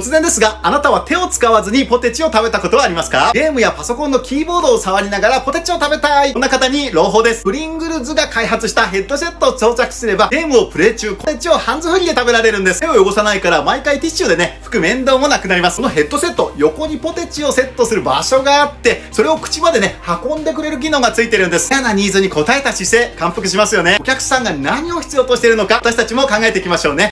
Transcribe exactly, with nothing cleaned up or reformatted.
突然ですが、あなたは手を使わずにポテチを食べたことはありますか？ゲームやパソコンのキーボードを触りながらポテチを食べたい。こんな方に朗報です。プリングルズが開発したヘッドセットを装着すれば、ゲームをプレイ中、ポテチをハンズフリーで食べられるんです。手を汚さないから毎回ティッシュでね、拭く面倒もなくなります。このヘッドセット、横にポテチをセットする場所があって、それを口までね、運んでくれる機能がついてるんです。嫌なニーズに応えた姿勢、感服しますよね。お客さんが何を必要としているのか、私たちも考えていきましょうね。